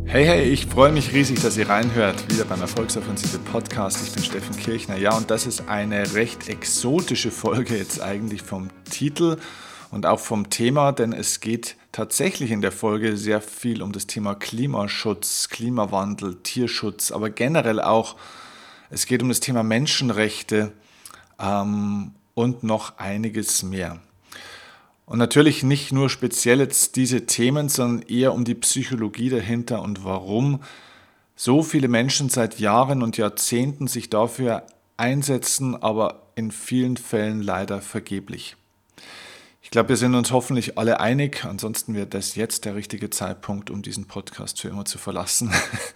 Hey, ich freue mich riesig, dass ihr reinhört, wieder beim Erfolgsoffensive Podcast. Ich bin Steffen Kirchner. Ja, und das ist eine recht exotische Folge jetzt eigentlich vom Titel und auch vom Thema, denn es geht tatsächlich in der Folge sehr viel um das Thema Klimaschutz, Klimawandel, Tierschutz, aber generell auch, es geht um das Thema Menschenrechte und noch einiges mehr. Und natürlich nicht nur speziell jetzt diese Themen, sondern eher um die Psychologie dahinter und warum so viele Menschen seit Jahren und Jahrzehnten sich dafür einsetzen, aber in vielen Fällen leider vergeblich. Ich glaube, wir sind uns hoffentlich alle einig, ansonsten wäre das jetzt der richtige Zeitpunkt, um diesen Podcast für immer zu verlassen.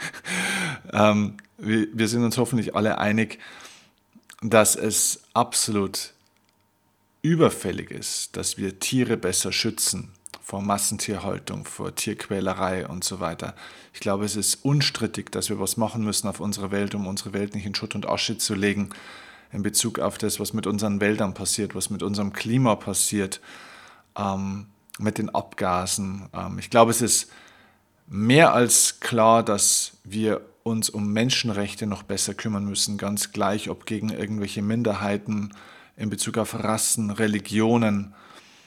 Wir sind uns hoffentlich alle einig, dass es absolut überfällig ist, dass wir Tiere besser schützen vor Massentierhaltung, vor Tierquälerei und so weiter. Ich glaube, es ist unstrittig, dass wir was machen müssen auf unserer Welt, um unsere Welt nicht in Schutt und Asche zu legen, in Bezug auf das, was mit unseren Wäldern passiert, was mit unserem Klima passiert, mit den Abgasen. Ich glaube, es ist mehr als klar, dass wir uns um Menschenrechte noch besser kümmern müssen, ganz gleich, ob gegen irgendwelche Minderheiten, in Bezug auf Rassen, Religionen,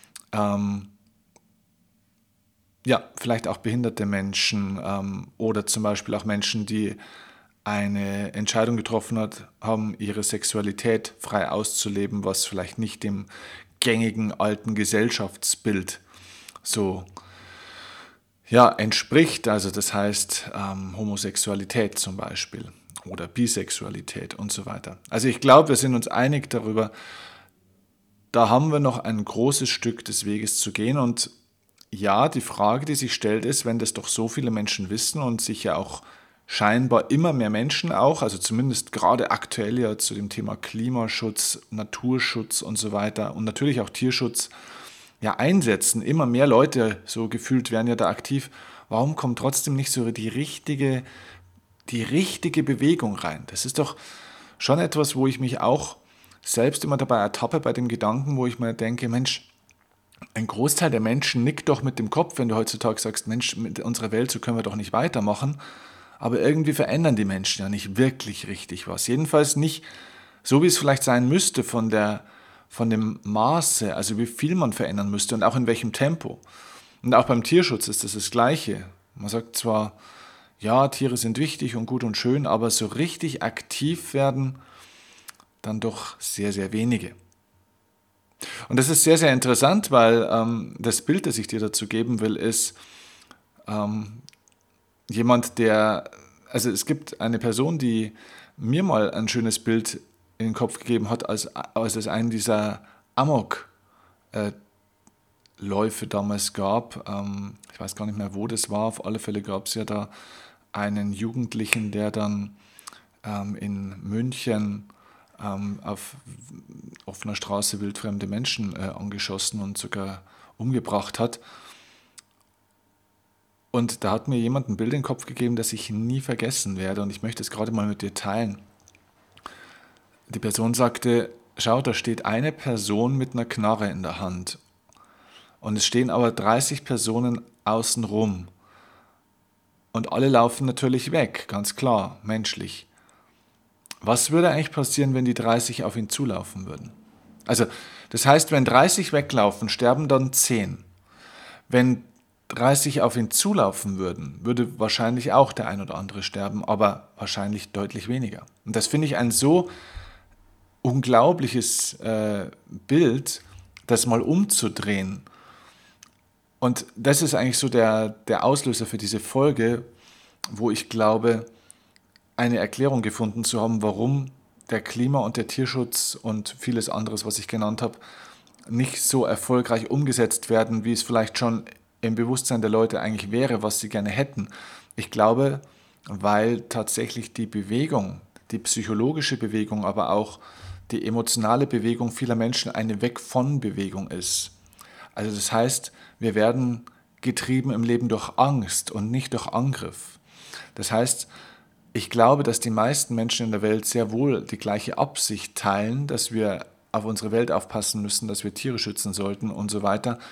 vielleicht auch behinderte Menschen oder zum Beispiel auch Menschen, die eine Entscheidung getroffen haben, ihre Sexualität frei auszuleben, was vielleicht nicht dem gängigen alten Gesellschaftsbild so entspricht. Also das heißt Homosexualität zum Beispiel oder Bisexualität und so weiter. Also ich glaube, wir sind uns einig darüber, da haben wir noch ein großes Stück des Weges zu gehen. Und ja, die Frage, die sich stellt, ist, wenn das doch so viele Menschen wissen und sich ja auch scheinbar immer mehr Menschen auch, also zumindest gerade aktuell ja zu dem Thema Klimaschutz, Naturschutz und so weiter und natürlich auch Tierschutz einsetzen, immer mehr Leute so gefühlt werden ja da aktiv, warum kommt trotzdem nicht so die richtige Bewegung rein? Das ist doch schon etwas, wo ich mich auch selbst immer dabei ertappe bei dem Gedanken, wo ich mir denke, Mensch, ein Großteil der Menschen nickt doch mit dem Kopf, wenn du heutzutage sagst, Mensch, mit unserer Welt, so können wir doch nicht weitermachen. Aber irgendwie verändern die Menschen ja nicht wirklich richtig was. Jedenfalls nicht so, wie es vielleicht sein müsste von dem Maße, also wie viel man verändern müsste und auch in welchem Tempo. Und auch beim Tierschutz ist das Gleiche. Man sagt zwar, ja, Tiere sind wichtig und gut und schön, aber so richtig aktiv werden dann doch sehr, sehr wenige. Und das ist sehr, sehr interessant, weil das Bild, das ich dir dazu geben will, ist jemand, es gibt eine Person, die mir mal ein schönes Bild in den Kopf gegeben hat, als es einen dieser Amok-Läufe damals gab. Ich weiß gar nicht mehr, wo das war. Auf alle Fälle gab es ja da einen Jugendlichen, der dann in München auf offener Straße wildfremde Menschen angeschossen und sogar umgebracht hat. Und da hat mir jemand ein Bild in den Kopf gegeben, das ich nie vergessen werde und ich möchte es gerade mal mit dir teilen. Die Person sagte, schau, da steht eine Person mit einer Knarre in der Hand und es stehen aber 30 Personen außenrum und alle laufen natürlich weg, ganz klar, menschlich. Was würde eigentlich passieren, wenn die 30 auf ihn zulaufen würden? Also, das heißt, wenn 30 weglaufen, sterben dann 10. Wenn 30 auf ihn zulaufen würden, würde wahrscheinlich auch der ein oder andere sterben, aber wahrscheinlich deutlich weniger. Und das finde ich ein so unglaubliches Bild, das mal umzudrehen. Und das ist eigentlich so der Auslöser für diese Folge, wo ich glaube, eine Erklärung gefunden zu haben, warum der Klima- und der Tierschutz und vieles anderes, was ich genannt habe, nicht so erfolgreich umgesetzt werden, wie es vielleicht schon im Bewusstsein der Leute eigentlich wäre, was sie gerne hätten. Ich glaube, weil tatsächlich die Bewegung, die psychologische Bewegung, aber auch die emotionale Bewegung vieler Menschen eine Weg-von-Bewegung ist. Also das heißt, wir werden getrieben im Leben durch Angst und nicht durch Angriff. Das heißt, ich glaube, dass die meisten Menschen in der Welt sehr wohl die gleiche Absicht teilen, dass wir auf unsere Welt aufpassen müssen, dass wir Tiere schützen sollten und so weiter.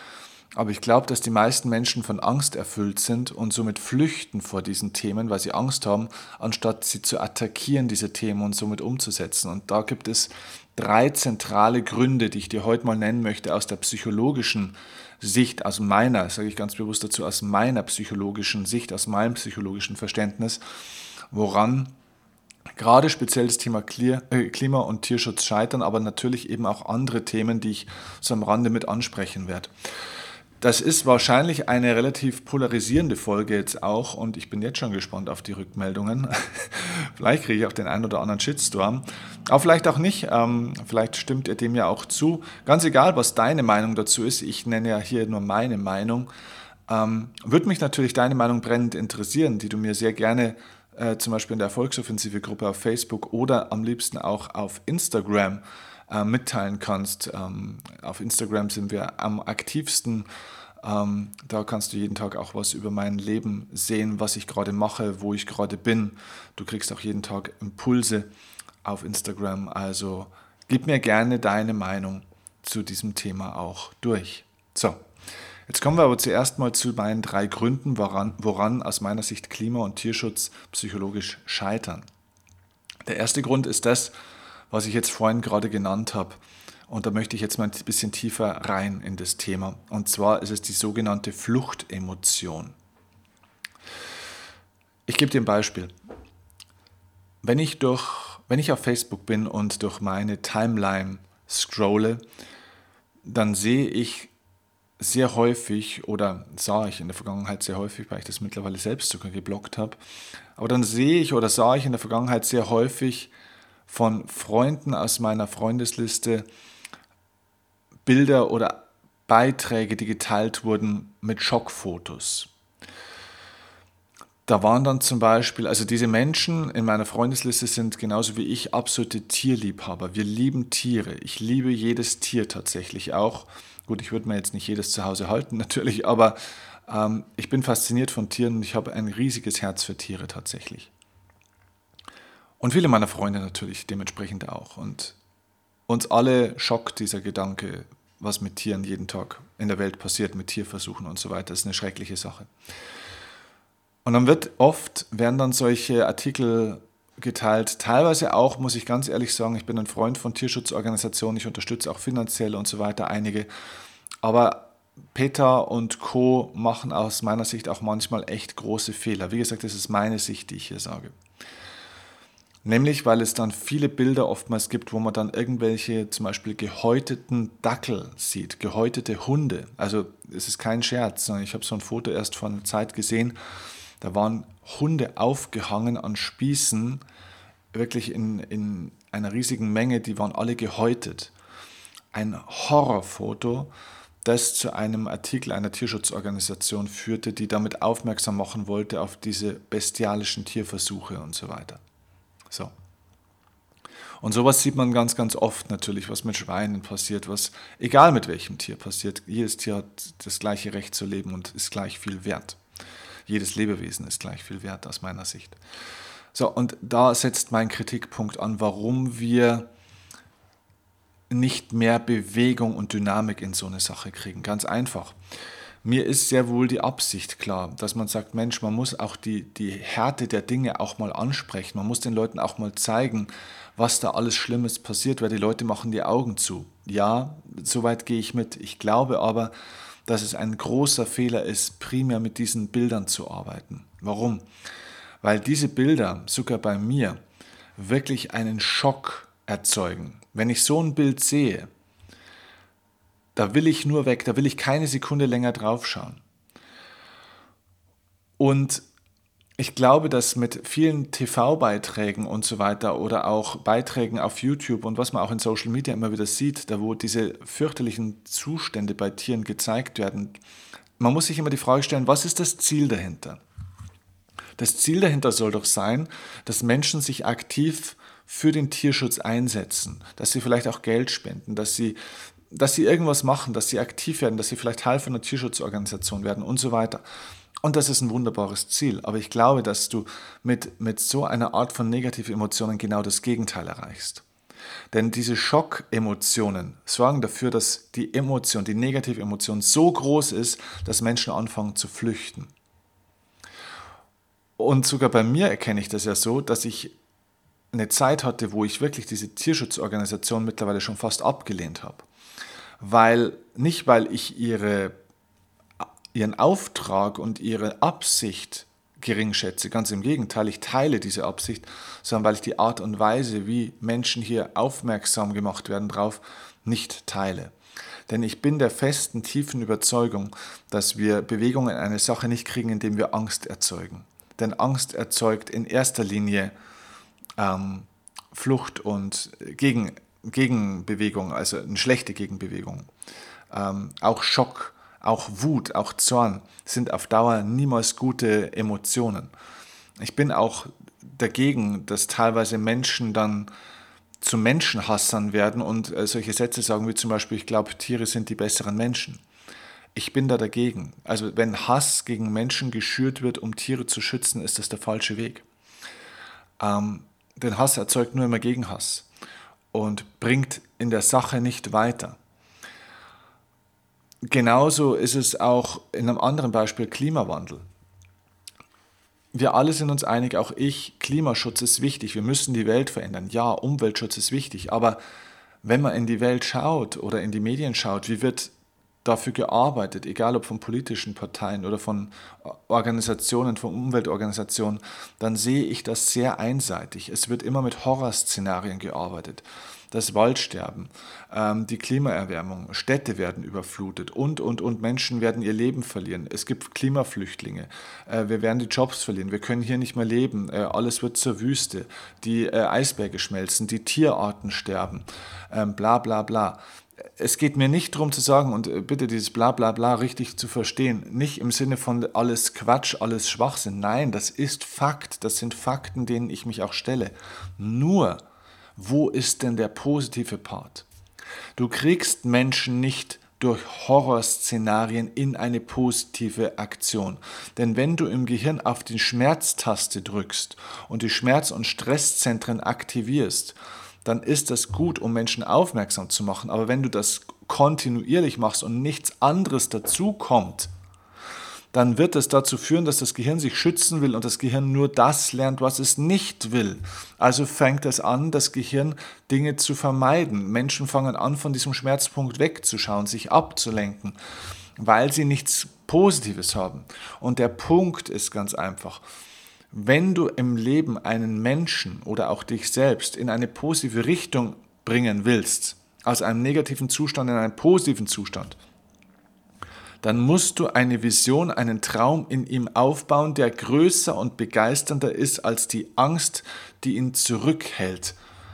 Aber ich glaube, dass die meisten Menschen von Angst erfüllt sind und somit flüchten vor diesen Themen, weil sie Angst haben, anstatt sie zu attackieren, diese Themen und somit umzusetzen. Und da gibt es 3 zentrale Gründe, die ich dir heute mal nennen möchte aus der psychologischen Sicht, aus meiner, sage ich ganz bewusst dazu, aus meiner psychologischen Sicht, aus meinem psychologischen Verständnis, woran gerade speziell das Thema Klima- und Tierschutz scheitern, aber natürlich eben auch andere Themen, die ich so am Rande mit ansprechen werde. Das ist wahrscheinlich eine relativ polarisierende Folge jetzt auch und ich bin jetzt schon gespannt auf die Rückmeldungen. Vielleicht kriege ich auch den einen oder anderen Shitstorm, aber vielleicht auch nicht. Vielleicht stimmt ihr dem ja auch zu. Ganz egal, was deine Meinung dazu ist, ich nenne ja hier nur meine Meinung. Würde mich natürlich deine Meinung brennend interessieren, die du mir sehr gerne zum Beispiel in der Erfolgsoffensive-Gruppe auf Facebook oder am liebsten auch auf Instagram mitteilen kannst. Auf Instagram sind wir am aktivsten. Da kannst du jeden Tag auch was über mein Leben sehen, was ich gerade mache, wo ich gerade bin. Du kriegst auch jeden Tag Impulse auf Instagram. Also gib mir gerne deine Meinung zu diesem Thema auch durch. So, jetzt kommen wir aber zuerst mal zu meinen 3 Gründen, woran aus meiner Sicht Klima- und Tierschutz psychologisch scheitern. Der erste Grund ist das, was ich jetzt vorhin gerade genannt habe. Und da möchte ich jetzt mal ein bisschen tiefer rein in das Thema. Und zwar ist es die sogenannte Fluchtemotion. Ich gebe dir ein Beispiel. Wenn ich auf Facebook bin und durch meine Timeline scrolle, dann sehe ich sehr häufig oder sah ich in der Vergangenheit sehr häufig, weil ich das mittlerweile selbst sogar geblockt habe, aber dann sehe ich oder sah ich in der Vergangenheit sehr häufig von Freunden aus meiner Freundesliste Bilder oder Beiträge, die geteilt wurden mit Schockfotos. Da waren dann zum Beispiel, also diese Menschen in meiner Freundesliste sind genauso wie ich absolute Tierliebhaber. Wir lieben Tiere. Ich liebe jedes Tier tatsächlich auch. Gut, ich würde mir jetzt nicht jedes zu Hause halten natürlich, aber ich bin fasziniert von Tieren und ich habe ein riesiges Herz für Tiere tatsächlich. Und viele meiner Freunde natürlich dementsprechend auch. Und uns alle schockt dieser Gedanke, was mit Tieren jeden Tag in der Welt passiert, mit Tierversuchen und so weiter. Das ist eine schreckliche Sache. Und dann werden dann solche Artikel geteilt, teilweise auch, muss ich ganz ehrlich sagen, ich bin ein Freund von Tierschutzorganisationen, ich unterstütze auch finanziell und so weiter einige, aber PETA und Co. machen aus meiner Sicht auch manchmal echt große Fehler. Wie gesagt, das ist meine Sicht, die ich hier sage. Nämlich, weil es dann viele Bilder oftmals gibt, wo man dann irgendwelche zum Beispiel gehäuteten Dackel sieht, gehäutete Hunde. Also es ist kein Scherz, sondern ich habe so ein Foto erst vor einer Zeit gesehen, da waren Hunde aufgehangen an Spießen, wirklich in einer riesigen Menge, die waren alle gehäutet. Ein Horrorfoto, das zu einem Artikel einer Tierschutzorganisation führte, die damit aufmerksam machen wollte auf diese bestialischen Tierversuche und so weiter. So. Und sowas sieht man ganz, ganz oft natürlich, was mit Schweinen passiert, was egal mit welchem Tier passiert. Jedes Tier hat das gleiche Recht zu leben und ist gleich viel wert. Jedes Lebewesen ist gleich viel wert aus meiner Sicht. So, und da setzt mein Kritikpunkt an, warum wir nicht mehr Bewegung und Dynamik in so eine Sache kriegen. Ganz einfach. Mir ist sehr wohl die Absicht klar, dass man sagt, Mensch, man muss auch die Härte der Dinge auch mal ansprechen. Man muss den Leuten auch mal zeigen, was da alles Schlimmes passiert, weil die Leute machen die Augen zu. Ja, soweit gehe ich mit. Ich glaube aber, dass es ein großer Fehler ist, primär mit diesen Bildern zu arbeiten. Warum? Weil diese Bilder, sogar bei mir, wirklich einen Schock erzeugen. Wenn ich so ein Bild sehe, da will ich nur weg, da will ich keine Sekunde länger drauf schauen. Und ich glaube, dass mit vielen TV-Beiträgen und so weiter oder auch Beiträgen auf YouTube und was man auch in Social Media immer wieder sieht, da wo diese fürchterlichen Zustände bei Tieren gezeigt werden, man muss sich immer die Frage stellen, was ist das Ziel dahinter? Das Ziel dahinter soll doch sein, dass Menschen sich aktiv für den Tierschutz einsetzen, dass sie vielleicht auch Geld spenden, dass sie irgendwas machen, dass sie aktiv werden, dass sie vielleicht Teil von einer Tierschutzorganisation werden und so weiter. Und das ist ein wunderbares Ziel. Aber ich glaube, dass du mit so einer Art von negativen Emotionen genau das Gegenteil erreichst. Denn diese Schockemotionen sorgen dafür, dass die Emotion, die negative Emotion so groß ist, dass Menschen anfangen zu flüchten. Und sogar bei mir erkenne ich das ja so, dass ich eine Zeit hatte, wo ich wirklich diese Tierschutzorganisation mittlerweile schon fast abgelehnt habe. Nicht weil ich ihren Auftrag und ihre Absicht gering schätze, ganz im Gegenteil, ich teile diese Absicht, sondern weil ich die Art und Weise, wie Menschen hier aufmerksam gemacht werden drauf, nicht teile. Denn ich bin der festen, tiefen Überzeugung, dass wir Bewegung in eine Sache nicht kriegen, indem wir Angst erzeugen. Denn Angst erzeugt in erster Linie Flucht und Gegenbewegung, also eine schlechte Gegenbewegung. Auch Schock, auch Wut, auch Zorn sind auf Dauer niemals gute Emotionen. Ich bin auch dagegen, dass teilweise Menschen dann zu Menschenhassern werden und solche Sätze sagen wie zum Beispiel, ich glaube, Tiere sind die besseren Menschen. Ich bin da dagegen. Also wenn Hass gegen Menschen geschürt wird, um Tiere zu schützen, ist das der falsche Weg. Denn Hass erzeugt nur immer Gegenhass und bringt in der Sache nicht weiter. Genauso ist es auch in einem anderen Beispiel Klimawandel. Wir alle sind uns einig, auch ich, Klimaschutz ist wichtig, wir müssen die Welt verändern. Ja, Umweltschutz ist wichtig, aber wenn man in die Welt schaut oder in die Medien schaut, wie wird dafür gearbeitet, egal ob von politischen Parteien oder von Organisationen, von Umweltorganisationen, dann sehe ich das sehr einseitig. Es wird immer mit Horrorszenarien gearbeitet. Das Waldsterben, die Klimaerwärmung, Städte werden überflutet und Menschen werden ihr Leben verlieren. Es gibt Klimaflüchtlinge, wir werden die Jobs verlieren, wir können hier nicht mehr leben, alles wird zur Wüste, die Eisberge schmelzen, die Tierarten sterben, bla bla bla. Es geht mir nicht darum zu sagen, und bitte dieses bla bla bla richtig zu verstehen, nicht im Sinne von alles Quatsch, alles Schwachsinn. Nein, das ist Fakt, das sind Fakten, denen ich mich auch stelle. Nur, wo ist denn der positive Part? Du kriegst Menschen nicht durch Horrorszenarien in eine positive Aktion. Denn wenn du im Gehirn auf die Schmerztaste drückst und die Schmerz- und Stresszentren aktivierst, dann ist das gut, um Menschen aufmerksam zu machen. Aber wenn du das kontinuierlich machst und nichts anderes dazu kommt, dann wird es dazu führen, dass das Gehirn sich schützen will und das Gehirn nur das lernt, was es nicht will. Also fängt es an, das Gehirn Dinge zu vermeiden. Menschen fangen an, von diesem Schmerzpunkt wegzuschauen, sich abzulenken, weil sie nichts Positives haben. Und der Punkt ist ganz einfach: Wenn du im Leben einen Menschen oder auch dich selbst in eine positive Richtung bringen willst, aus einem negativen Zustand in einen positiven Zustand, dann musst du eine Vision, einen Traum in ihm aufbauen, der größer und begeisternder ist als die Angst, die ihn zurückhält.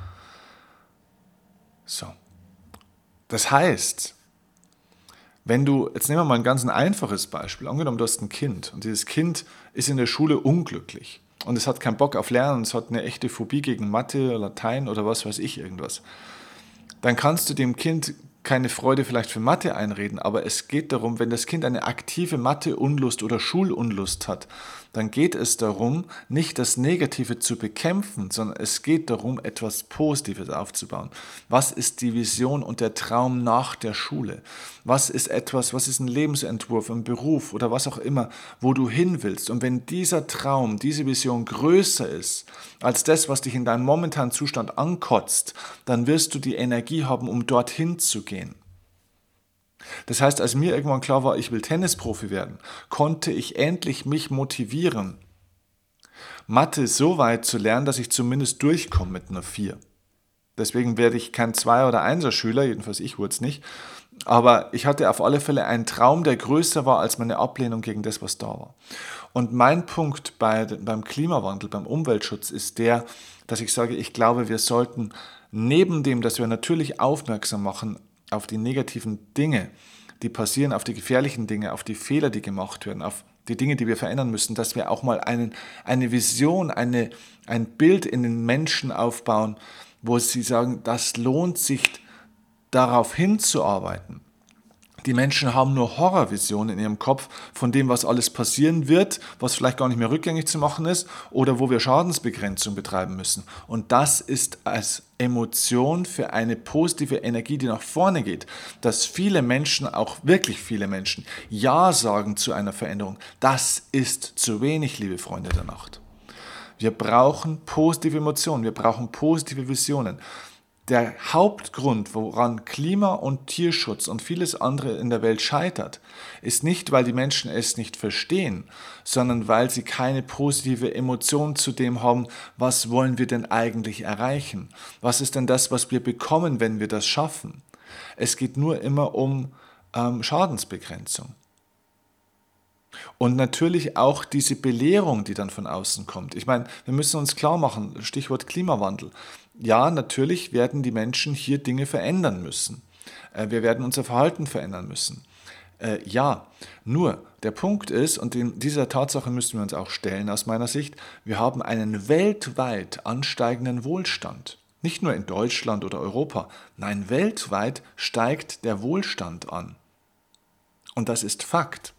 So. Das heißt, jetzt nehmen wir mal ein ganz einfaches Beispiel. Angenommen, du hast ein Kind und dieses Kind ist in der Schule unglücklich und es hat keinen Bock auf Lernen, es hat eine echte Phobie gegen Mathe, Latein oder was weiß ich irgendwas. Dann kannst du dem Kind keine Freude vielleicht für Mathe einreden, aber es geht darum, wenn das Kind eine aktive Mathe-Unlust oder Schulunlust hat, dann geht es darum, nicht das Negative zu bekämpfen, sondern es geht darum, etwas Positives aufzubauen. Was ist die Vision und der Traum nach der Schule? Was ist ein Lebensentwurf, ein Beruf oder was auch immer, wo du hin willst? Und wenn dieser Traum, diese Vision größer ist als das, was dich in deinem momentanen Zustand ankotzt, dann wirst du die Energie haben, um dorthin zu gehen. Das heißt, als mir irgendwann klar war, ich will Tennisprofi werden, konnte ich endlich mich motivieren, Mathe so weit zu lernen, dass ich zumindest durchkomme mit einer 4. Deswegen werde ich kein 2- oder 1er-Schüler, jedenfalls ich wurde es nicht. Aber ich hatte auf alle Fälle einen Traum, der größer war als meine Ablehnung gegen das, was da war. Und mein Punkt beim Klimawandel, beim Umweltschutz ist der, dass ich sage, ich glaube, wir sollten neben dem, dass wir natürlich aufmerksam machen auf die negativen Dinge, die passieren, auf die gefährlichen Dinge, auf die Fehler, die gemacht werden, auf die Dinge, die wir verändern müssen, dass wir auch mal eine Vision, ein Bild in den Menschen aufbauen, wo sie sagen, das lohnt sich, darauf hinzuarbeiten. Die Menschen haben nur Horrorvisionen in ihrem Kopf von dem, was alles passieren wird, was vielleicht gar nicht mehr rückgängig zu machen ist oder wo wir Schadensbegrenzung betreiben müssen. Und das ist als Emotion für eine positive Energie, die nach vorne geht, dass viele Menschen, auch wirklich viele Menschen, Ja sagen zu einer Veränderung. Das ist zu wenig, liebe Freunde der Nacht. Wir brauchen positive Emotionen, wir brauchen positive Visionen. Der Hauptgrund, woran Klima- und Tierschutz und vieles andere in der Welt scheitert, ist nicht, weil die Menschen es nicht verstehen, sondern weil sie keine positive Emotion zu dem haben, was wollen wir denn eigentlich erreichen? Was ist denn das, was wir bekommen, wenn wir das schaffen? Es geht nur immer um Schadensbegrenzung. Und natürlich auch diese Belehrung, die dann von außen kommt. Ich meine, wir müssen uns klar machen, Stichwort Klimawandel. Ja, natürlich werden die Menschen hier Dinge verändern müssen. Wir werden unser Verhalten verändern müssen. Ja, nur der Punkt ist, und dieser Tatsache müssen wir uns auch stellen aus meiner Sicht, wir haben einen weltweit ansteigenden Wohlstand. Nicht nur in Deutschland oder Europa, nein, weltweit steigt der Wohlstand an. Und das ist Fakt.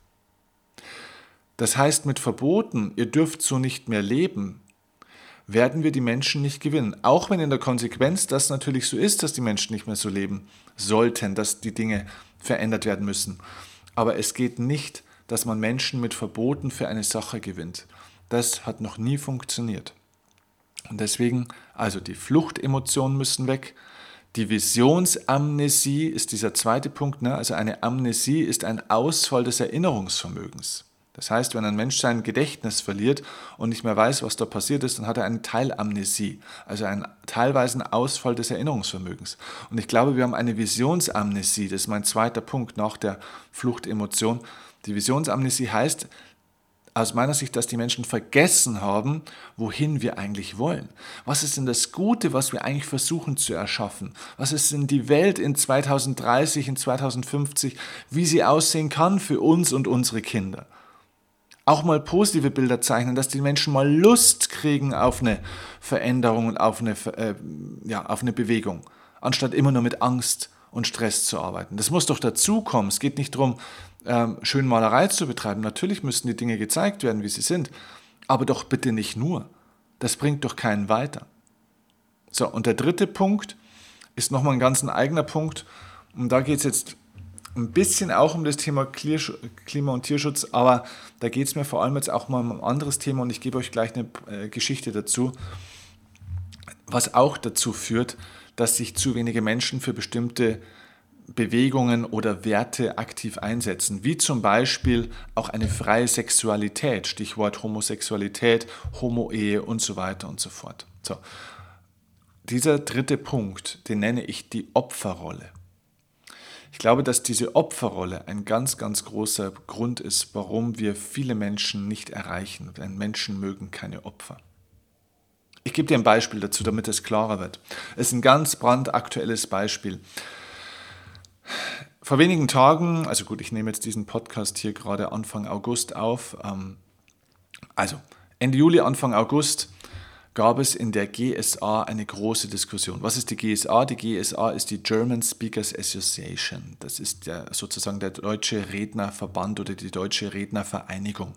Das heißt, mit Verboten, ihr dürft so nicht mehr leben, werden wir die Menschen nicht gewinnen. Auch wenn in der Konsequenz das natürlich so ist, dass die Menschen nicht mehr so leben sollten, dass die Dinge verändert werden müssen. Aber es geht nicht, dass man Menschen mit Verboten für eine Sache gewinnt. Das hat noch nie funktioniert. Und deswegen, also die Fluchtemotionen müssen weg. Die Visionsamnesie ist dieser zweite Punkt. Also eine Amnesie ist ein Ausfall des Erinnerungsvermögens. Das heißt, wenn ein Mensch sein Gedächtnis verliert und nicht mehr weiß, was da passiert ist, dann hat er eine Teilamnesie, also einen teilweisen Ausfall des Erinnerungsvermögens. Und ich glaube, wir haben eine Visionsamnesie, das ist mein zweiter Punkt nach der Fluchtemotion. Die Visionsamnesie heißt aus meiner Sicht, dass die Menschen vergessen haben, wohin wir eigentlich wollen. Was ist denn das Gute, was wir eigentlich versuchen zu erschaffen? Was ist denn die Welt in 2030, in 2050, wie sie aussehen kann für uns und unsere Kinder? Auch mal positive Bilder zeichnen, dass die Menschen mal Lust kriegen auf eine Veränderung und auf eine Bewegung, anstatt immer nur mit Angst und Stress zu arbeiten. Das muss doch dazukommen. Es geht nicht darum, schön Malerei zu betreiben. Natürlich müssen die Dinge gezeigt werden, wie sie sind, aber doch bitte nicht nur. Das bringt doch keinen weiter. So, und der dritte Punkt ist nochmal ein ganz eigener Punkt. Und da geht es jetzt ein bisschen auch um das Thema Klima- und Tierschutz, aber da geht es mir vor allem jetzt auch mal um ein anderes Thema und ich gebe euch gleich eine Geschichte dazu, was auch dazu führt, dass sich zu wenige Menschen für bestimmte Bewegungen oder Werte aktiv einsetzen, wie zum Beispiel auch eine freie Sexualität, Stichwort Homosexualität, Homo-Ehe und so weiter und so fort. So. Dieser dritte Punkt, den nenne ich die Opferrolle. Ich glaube, dass diese Opferrolle ein ganz, ganz großer Grund ist, warum wir viele Menschen nicht erreichen. Denn Menschen mögen keine Opfer. Ich gebe dir ein Beispiel dazu, damit es klarer wird. Es ist ein ganz brandaktuelles Beispiel. Vor wenigen Tagen, also gut, ich nehme jetzt diesen Podcast hier gerade Anfang August auf, also Ende Juli, Anfang August, gab es in der GSA eine große Diskussion. Was ist die GSA? Die GSA ist die German Speakers Association. Das ist sozusagen der Deutsche Rednerverband oder die Deutsche Rednervereinigung.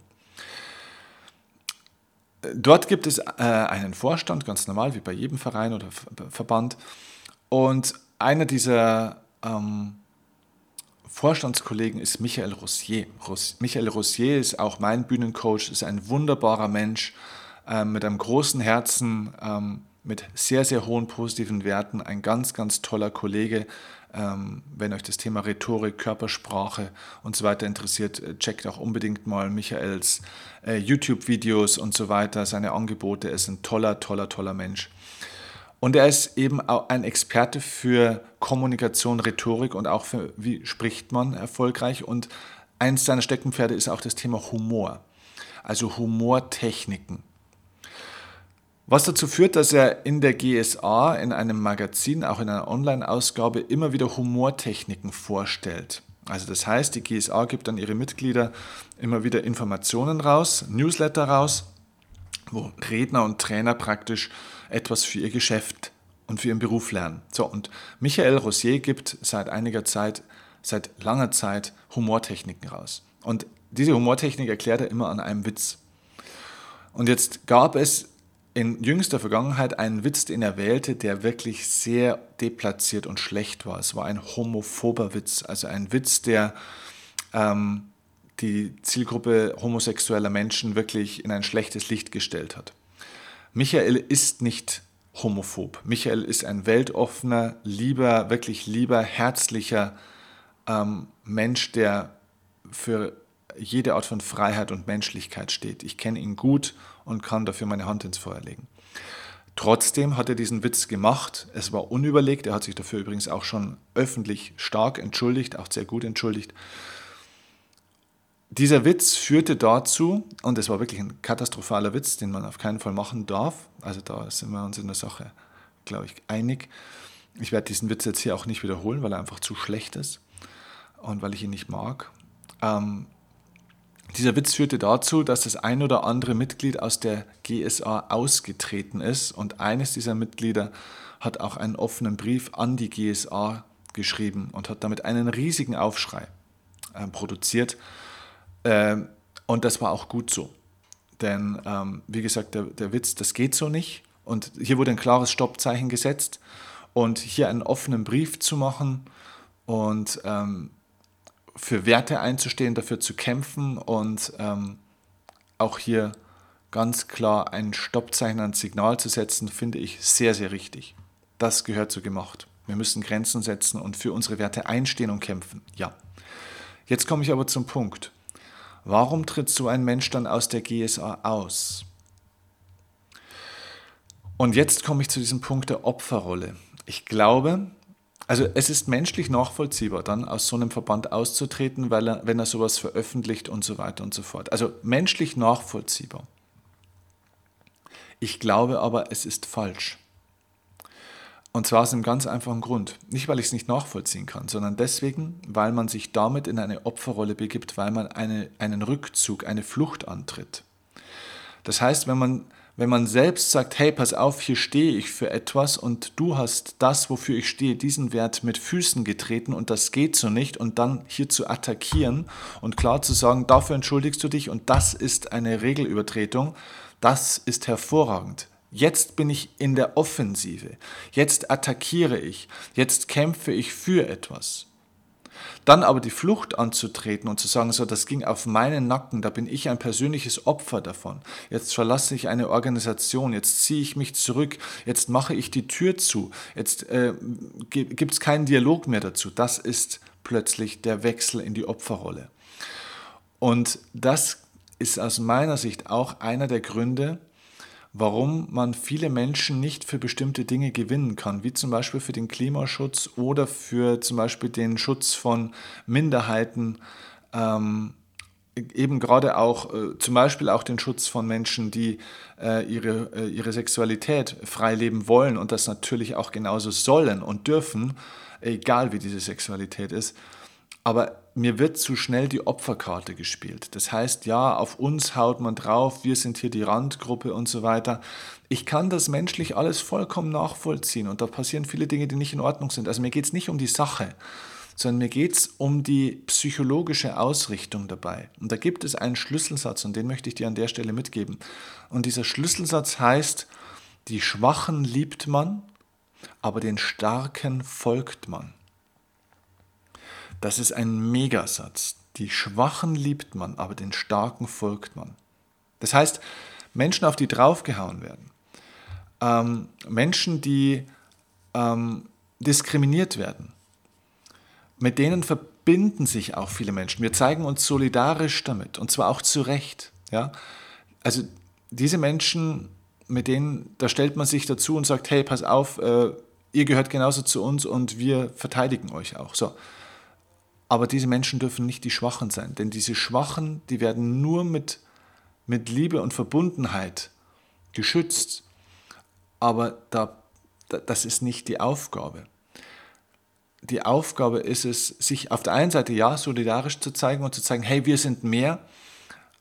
Dort gibt es einen Vorstand, ganz normal, wie bei jedem Verein oder Verband. Und einer dieser Vorstandskollegen ist Michael Rossier. Michael Rossier ist auch mein Bühnencoach, ist ein wunderbarer Mensch, mit einem großen Herzen, mit sehr, sehr hohen positiven Werten, ein ganz, ganz toller Kollege. Wenn euch das Thema Rhetorik, Körpersprache und so weiter interessiert, checkt auch unbedingt mal Michaels YouTube-Videos und so weiter, seine Angebote. Er ist ein toller, toller, toller Mensch. Und er ist eben auch ein Experte für Kommunikation, Rhetorik und auch für, wie spricht man erfolgreich. Und eins seiner Steckenpferde ist auch das Thema Humor, also Humortechniken. Was dazu führt, dass er in der GSA, in einem Magazin, auch in einer Online-Ausgabe, immer wieder Humortechniken vorstellt. Also das heißt, die GSA gibt an ihre Mitglieder immer wieder Informationen raus, Newsletter raus, wo Redner und Trainer praktisch etwas für ihr Geschäft und für ihren Beruf lernen. So, und Michael Rossier gibt seit einiger Zeit seit langer Zeit Humortechniken raus. Und diese Humortechnik erklärt er immer an einem Witz. Und jetzt gab es in jüngster Vergangenheit einen Witz, den er wählte, der wirklich sehr deplatziert und schlecht war. Es war ein homophober Witz, also ein Witz, der die Zielgruppe homosexueller Menschen wirklich in ein schlechtes Licht gestellt hat. Michael ist nicht homophob. Michael ist ein weltoffener, wirklich lieber, herzlicher Mensch, der für jede Art von Freiheit und Menschlichkeit steht. Ich kenne ihn gut und kann dafür meine Hand ins Feuer legen. Trotzdem hat er diesen Witz gemacht. Es war unüberlegt. Er hat sich dafür übrigens auch schon öffentlich stark entschuldigt, auch sehr gut entschuldigt. Dieser Witz führte dazu, und es war wirklich ein katastrophaler Witz, den man auf keinen Fall machen darf. Also da sind wir uns in der Sache, glaube ich, einig. Ich werde diesen Witz jetzt hier auch nicht wiederholen, weil er einfach zu schlecht ist und weil ich ihn nicht mag. Dieser Witz führte dazu, dass das ein oder andere Mitglied aus der GSA ausgetreten ist und eines dieser Mitglieder hat auch einen offenen Brief an die GSA geschrieben und hat damit einen riesigen Aufschrei produziert. Und das war auch gut so. Denn, wie gesagt, der Witz, das geht so nicht. Und hier wurde ein klares Stoppzeichen gesetzt. Und hier einen offenen Brief zu machen und für Werte einzustehen, dafür zu kämpfen und auch hier ganz klar ein Stoppzeichen, ein Signal zu setzen, finde ich sehr, sehr richtig. Das gehört so gemacht. Wir müssen Grenzen setzen und für unsere Werte einstehen und kämpfen. Ja. Jetzt komme ich aber zum Punkt. Warum tritt so ein Mensch dann aus der GSA aus? Und jetzt komme ich zu diesem Punkt der Opferrolle. Ich glaube, also es ist menschlich nachvollziehbar, dann aus so einem Verband auszutreten, wenn er sowas veröffentlicht und so weiter und so fort. Also menschlich nachvollziehbar. Ich glaube aber, es ist falsch. Und zwar aus einem ganz einfachen Grund. Nicht, weil ich es nicht nachvollziehen kann, sondern deswegen, weil man sich damit in eine Opferrolle begibt, weil man einen Rückzug, eine Flucht antritt. Das heißt, wenn man selbst sagt, hey, pass auf, hier stehe ich für etwas und du hast das, wofür ich stehe, diesen Wert mit Füßen getreten und das geht so nicht und dann hier zu attackieren und klar zu sagen, dafür entschuldigst du dich und das ist eine Regelübertretung, das ist hervorragend. Jetzt bin ich in der Offensive, jetzt attackiere ich, jetzt kämpfe ich für etwas. Dann aber die Flucht anzutreten und zu sagen, so, das ging auf meinen Nacken, da bin ich ein persönliches Opfer davon. Jetzt verlasse ich eine Organisation, jetzt ziehe ich mich zurück, jetzt mache ich die Tür zu, jetzt gibt es keinen Dialog mehr dazu. Das ist plötzlich der Wechsel in die Opferrolle. Und das ist aus meiner Sicht auch einer der Gründe, warum man viele Menschen nicht für bestimmte Dinge gewinnen kann, wie zum Beispiel für den Klimaschutz oder für zum Beispiel den Schutz von Minderheiten, eben gerade auch zum Beispiel auch den Schutz von Menschen, die ihre Sexualität frei leben wollen und das natürlich auch genauso sollen und dürfen, egal wie diese Sexualität ist. Aber mir wird zu schnell die Opferkarte gespielt. Das heißt, ja, auf uns haut man drauf, wir sind hier die Randgruppe und so weiter. Ich kann das menschlich alles vollkommen nachvollziehen und da passieren viele Dinge, die nicht in Ordnung sind. Also mir geht es nicht um die Sache, sondern mir geht es um die psychologische Ausrichtung dabei. Und da gibt es einen Schlüsselsatz und den möchte ich dir an der Stelle mitgeben. Und dieser Schlüsselsatz heißt, die Schwachen liebt man, aber den Starken folgt man. Das ist ein Megasatz. Die Schwachen liebt man, aber den Starken folgt man. Das heißt, Menschen, auf die draufgehauen werden, Menschen, die diskriminiert werden, mit denen verbinden sich auch viele Menschen. Wir zeigen uns solidarisch damit und zwar auch zu Recht. Ja? Also diese Menschen, mit denen, da stellt man sich dazu und sagt, hey, pass auf, ihr gehört genauso zu uns und wir verteidigen euch auch. So. Aber diese Menschen dürfen nicht die Schwachen sein, denn diese Schwachen, die werden nur mit Liebe und Verbundenheit geschützt. Aber das ist nicht die Aufgabe. Die Aufgabe ist es, sich auf der einen Seite ja solidarisch zu zeigen und zu zeigen, hey, wir sind mehr,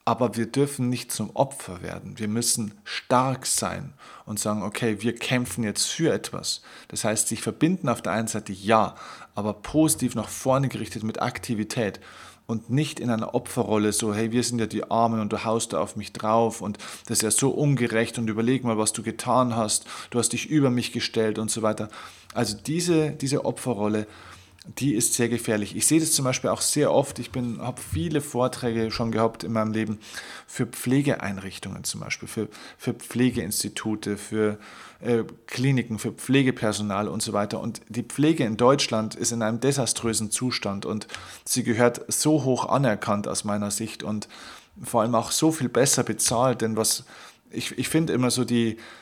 Aber wir dürfen nicht zum Opfer werden. Wir müssen stark sein und sagen, okay, wir kämpfen jetzt für etwas. Das heißt, sich verbinden auf der einen Seite ja, aber positiv nach vorne gerichtet mit Aktivität und nicht in einer Opferrolle so, hey, wir sind ja die Armen und du haust da auf mich drauf und das ist ja so ungerecht und überleg mal, was du getan hast, du hast dich über mich gestellt und so weiter. Also diese Opferrolle, die ist sehr gefährlich. Ich sehe das zum Beispiel auch sehr oft. Ich habe viele Vorträge schon gehabt in meinem Leben für Pflegeeinrichtungen zum Beispiel, für Pflegeinstitute, für Kliniken, für Pflegepersonal und so weiter. Und die Pflege in Deutschland ist in einem desaströsen Zustand und sie gehört so hoch anerkannt aus meiner Sicht und vor allem auch so viel besser bezahlt, denn ich finde immer so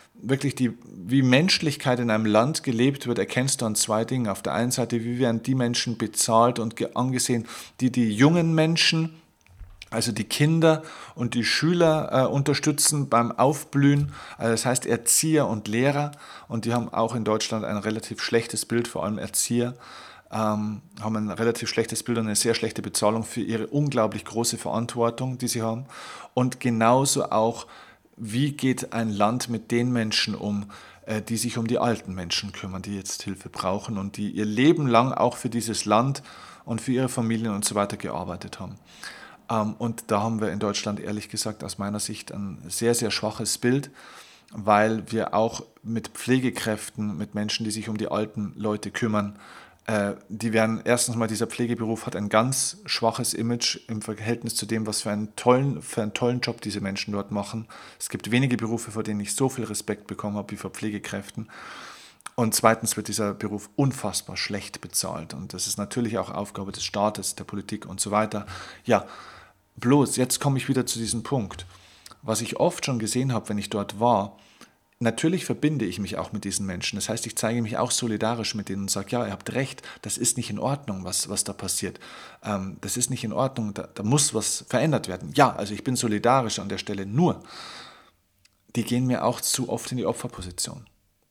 wie Menschlichkeit in einem Land gelebt wird, erkennst du an zwei Dingen. Auf der einen Seite, wie werden die Menschen bezahlt und angesehen, die jungen Menschen, also die Kinder und die Schüler unterstützen beim Aufblühen, also das heißt Erzieher und Lehrer, und die haben auch in Deutschland ein relativ schlechtes Bild, vor allem Erzieher, haben ein relativ schlechtes Bild und eine sehr schlechte Bezahlung für ihre unglaublich große Verantwortung, die sie haben. Und genauso auch, wie geht ein Land mit den Menschen um, die sich um die alten Menschen kümmern, die jetzt Hilfe brauchen und die ihr Leben lang auch für dieses Land und für ihre Familien und so weiter gearbeitet haben. Und da haben wir in Deutschland ehrlich gesagt aus meiner Sicht ein sehr, sehr schwaches Bild, weil wir auch mit Pflegekräften, mit Menschen, die sich um die alten Leute kümmern, die werden, erstens mal, dieser Pflegeberuf hat ein ganz schwaches Image im Verhältnis zu dem, was für einen tollen Job diese Menschen dort machen. Es gibt wenige Berufe, vor denen ich so viel Respekt bekommen habe wie vor Pflegekräften. Und zweitens wird dieser Beruf unfassbar schlecht bezahlt. Und das ist natürlich auch Aufgabe des Staates, der Politik und so weiter. Ja, bloß, jetzt komme ich wieder zu diesem Punkt. Was ich oft schon gesehen habe, wenn ich dort war, natürlich verbinde ich mich auch mit diesen Menschen. Das heißt, ich zeige mich auch solidarisch mit denen und sage, ja, ihr habt recht, das ist nicht in Ordnung, was da passiert. Das ist nicht in Ordnung, da muss was verändert werden. Ja, also ich bin solidarisch an der Stelle, nur die gehen mir auch zu oft in die Opferposition.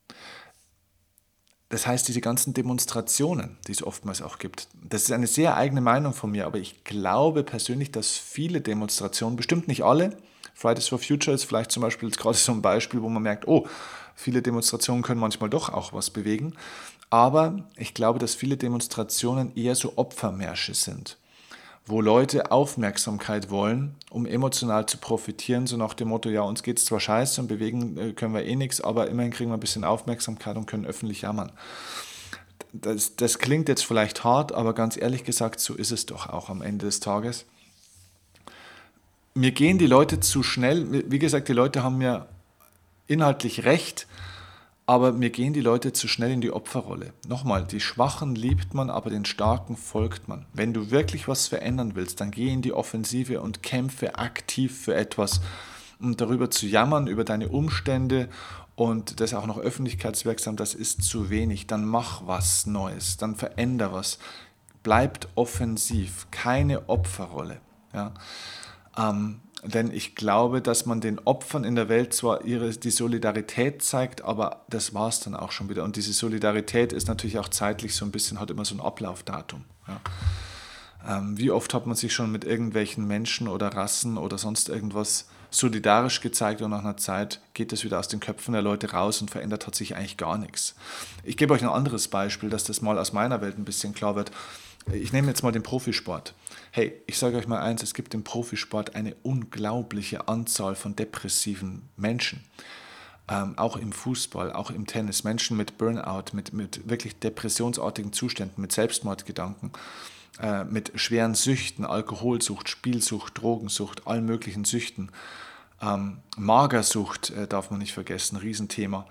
Das heißt, diese ganzen Demonstrationen, die es oftmals auch gibt, das ist eine sehr eigene Meinung von mir, aber ich glaube persönlich, dass viele Demonstrationen, bestimmt nicht alle, Fridays for Future ist vielleicht zum Beispiel jetzt gerade so ein Beispiel, wo man merkt, oh, viele Demonstrationen können manchmal doch auch was bewegen, aber ich glaube, dass viele Demonstrationen eher so Opfermärsche sind, wo Leute Aufmerksamkeit wollen, um emotional zu profitieren, so nach dem Motto, ja, uns geht es zwar scheiße und bewegen können wir eh nichts, aber immerhin kriegen wir ein bisschen Aufmerksamkeit und können öffentlich jammern. Das klingt jetzt vielleicht hart, aber ganz ehrlich gesagt, so ist es doch auch am Ende des Tages. Mir gehen die Leute zu schnell, wie gesagt, die Leute haben mir inhaltlich recht, aber mir gehen die Leute zu schnell in die Opferrolle. Nochmal, die Schwachen liebt man, aber den Starken folgt man. Wenn du wirklich was verändern willst, dann geh in die Offensive und kämpfe aktiv für etwas. Und darüber zu jammern, über deine Umstände und das auch noch öffentlichkeitswirksam, das ist zu wenig. Dann mach was Neues, dann veränder was. Bleibt offensiv, keine Opferrolle. Ja? Denn ich glaube, dass man den Opfern in der Welt zwar die Solidarität zeigt, aber das war es dann auch schon wieder. Und diese Solidarität ist natürlich auch zeitlich so ein bisschen, hat immer so ein Ablaufdatum. Ja. Wie oft hat man sich schon mit irgendwelchen Menschen oder Rassen oder sonst irgendwas solidarisch gezeigt und nach einer Zeit geht das wieder aus den Köpfen der Leute raus und verändert hat sich eigentlich gar nichts. Ich gebe euch ein anderes Beispiel, dass das mal aus meiner Welt ein bisschen klar wird. Ich nehme jetzt mal den Profisport. Hey, ich sage euch mal eins, es gibt im Profisport eine unglaubliche Anzahl von depressiven Menschen. Auch im Fußball, auch im Tennis. Menschen mit Burnout, mit wirklich depressionsartigen Zuständen, mit Selbstmordgedanken, mit schweren Süchten, Alkoholsucht, Spielsucht, Drogensucht, allen möglichen Süchten. Magersucht darf man nicht vergessen, Riesenthema.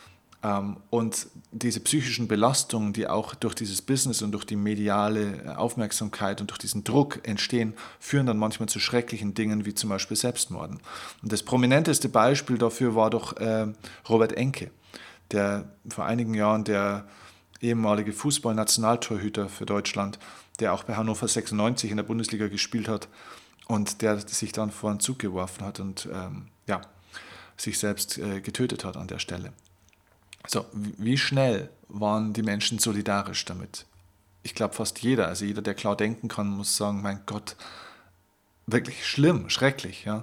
Und diese psychischen Belastungen, die auch durch dieses Business und durch die mediale Aufmerksamkeit und durch diesen Druck entstehen, führen dann manchmal zu schrecklichen Dingen wie zum Beispiel Selbstmorden. Und das prominenteste Beispiel dafür war doch Robert Enke, der vor einigen Jahren der ehemalige Fußballnationaltorhüter für Deutschland, der auch bei Hannover 96 in der Bundesliga gespielt hat und der sich dann vor einen Zug geworfen hat und sich selbst getötet hat an der Stelle. So, wie schnell waren die Menschen solidarisch damit? Ich glaube fast jeder, also jeder, der klar denken kann, muss sagen, mein Gott, wirklich schlimm, schrecklich. Ja.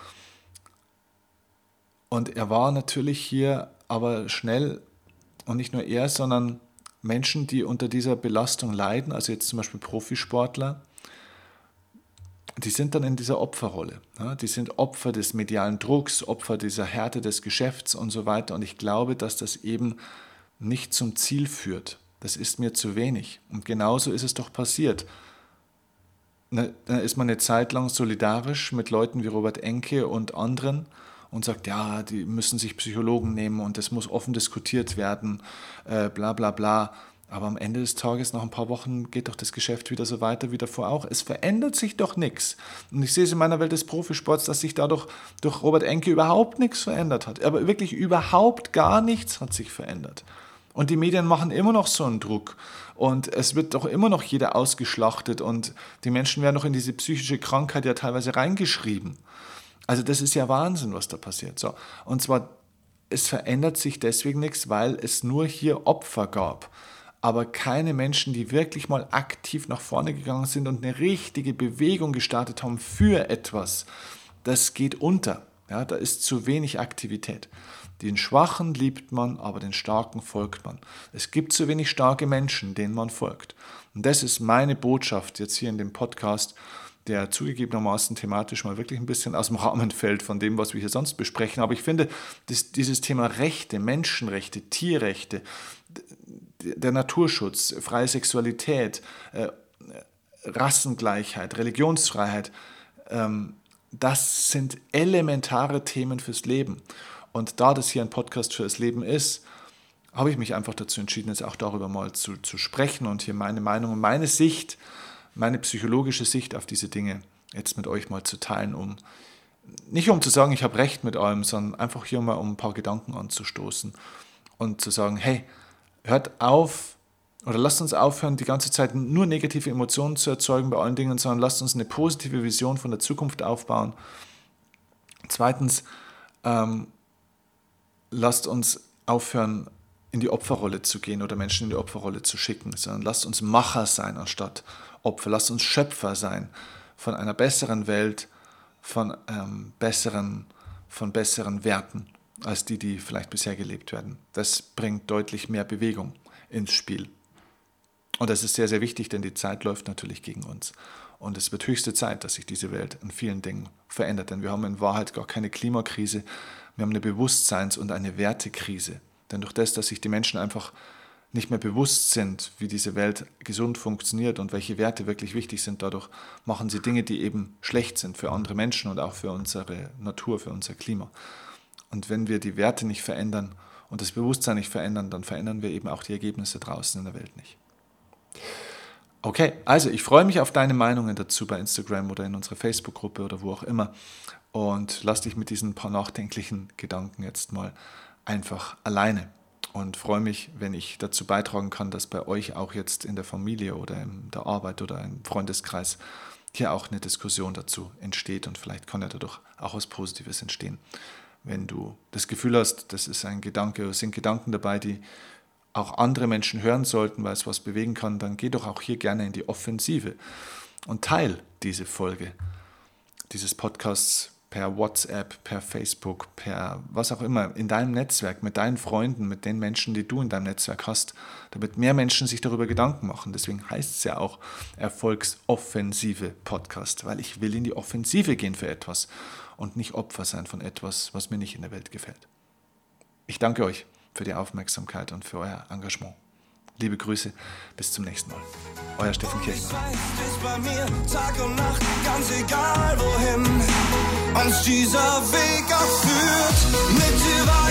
Und er war natürlich hier aber schnell, und nicht nur er, sondern Menschen, die unter dieser Belastung leiden, also jetzt zum Beispiel Profisportler, die sind dann in dieser Opferrolle. Ja, die sind Opfer des medialen Drucks, Opfer dieser Härte des Geschäfts und so weiter. Und ich glaube, dass das eben nicht zum Ziel führt. Das ist mir zu wenig. Und genauso ist es doch passiert. Da ist man eine Zeit lang solidarisch mit Leuten wie Robert Enke und anderen und sagt, ja, die müssen sich Psychologen nehmen und es muss offen diskutiert werden, bla bla bla. Aber am Ende des Tages, nach ein paar Wochen, geht doch das Geschäft wieder so weiter wie davor auch. Es verändert sich doch nichts. Und ich sehe es in meiner Welt des Profisports, dass sich dadurch durch Robert Enke überhaupt nichts verändert hat. Aber wirklich überhaupt gar nichts hat sich verändert. Und die Medien machen immer noch so einen Druck. Und es wird doch immer noch jeder ausgeschlachtet. Und die Menschen werden noch in diese psychische Krankheit ja teilweise reingeschrieben. Also das ist ja Wahnsinn, was da passiert. So. Und zwar, es verändert sich deswegen nichts, weil es nur hier Opfer gab. Aber keine Menschen, die wirklich mal aktiv nach vorne gegangen sind und eine richtige Bewegung gestartet haben für etwas, das geht unter. Ja, da ist zu wenig Aktivität. Den Schwachen liebt man, aber den Starken folgt man. Es gibt zu wenig starke Menschen, denen man folgt. Und das ist meine Botschaft jetzt hier in dem Podcast, der zugegebenermaßen thematisch mal wirklich ein bisschen aus dem Rahmen fällt von dem, was wir hier sonst besprechen. Aber ich finde, dieses Thema Rechte, Menschenrechte, Tierrechte, der Naturschutz, freie Sexualität, Rassengleichheit, Religionsfreiheit, das sind elementare Themen fürs Leben. Und da das hier ein Podcast fürs Leben ist, habe ich mich einfach dazu entschieden, jetzt auch darüber mal zu sprechen und hier meine Meinung und meine Sicht, meine psychologische Sicht auf diese Dinge jetzt mit euch mal zu teilen, nicht um zu sagen, ich habe recht mit allem, sondern einfach hier mal um ein paar Gedanken anzustoßen und zu sagen, hey, hört auf oder lasst uns aufhören, die ganze Zeit nur negative Emotionen zu erzeugen bei allen Dingen, sondern lasst uns eine positive Vision von der Zukunft aufbauen. Zweitens, lasst uns aufhören, in die Opferrolle zu gehen oder Menschen in die Opferrolle zu schicken, sondern lasst uns Macher sein anstatt Opfer. Lasst uns Schöpfer sein von einer besseren Welt, von besseren Werten als die vielleicht bisher gelebt werden. Das bringt deutlich mehr Bewegung ins Spiel. Und das ist sehr, sehr wichtig, denn die Zeit läuft natürlich gegen uns. Und es wird höchste Zeit, dass sich diese Welt in vielen Dingen verändert. Denn wir haben in Wahrheit gar keine Klimakrise, wir haben eine Bewusstseins- und eine Wertekrise. Denn durch das, dass sich die Menschen einfach nicht mehr bewusst sind, wie diese Welt gesund funktioniert und welche Werte wirklich wichtig sind, dadurch machen sie Dinge, die eben schlecht sind für andere Menschen und auch für unsere Natur, für unser Klima. Und wenn wir die Werte nicht verändern und das Bewusstsein nicht verändern, dann verändern wir eben auch die Ergebnisse draußen in der Welt nicht. Okay, also ich freue mich auf deine Meinungen dazu bei Instagram oder in unserer Facebook-Gruppe oder wo auch immer und lass dich mit diesen paar nachdenklichen Gedanken jetzt mal einfach alleine und freue mich, wenn ich dazu beitragen kann, dass bei euch auch jetzt in der Familie oder in der Arbeit oder im Freundeskreis hier auch eine Diskussion dazu entsteht und vielleicht kann ja dadurch auch was Positives entstehen. Wenn du das Gefühl hast, das ist ein Gedanke, sind Gedanken dabei, die auch andere Menschen hören sollten, weil es was bewegen kann, dann geh doch auch hier gerne in die Offensive und teil diese Folge dieses Podcasts per WhatsApp, per Facebook, per was auch immer, in deinem Netzwerk, mit deinen Freunden, mit den Menschen, die du in deinem Netzwerk hast, damit mehr Menschen sich darüber Gedanken machen. Deswegen heißt es ja auch Erfolgsoffensive Podcast, weil ich will in die Offensive gehen für etwas und nicht Opfer sein von etwas, was mir nicht in der Welt gefällt. Ich danke euch für die Aufmerksamkeit und für euer Engagement. Liebe Grüße, bis zum nächsten Mal. Euer Steffen Kirchner. Ist bei mir Tag und Nacht, ganz egal wohin uns dieser Weg auch führt. Mit dir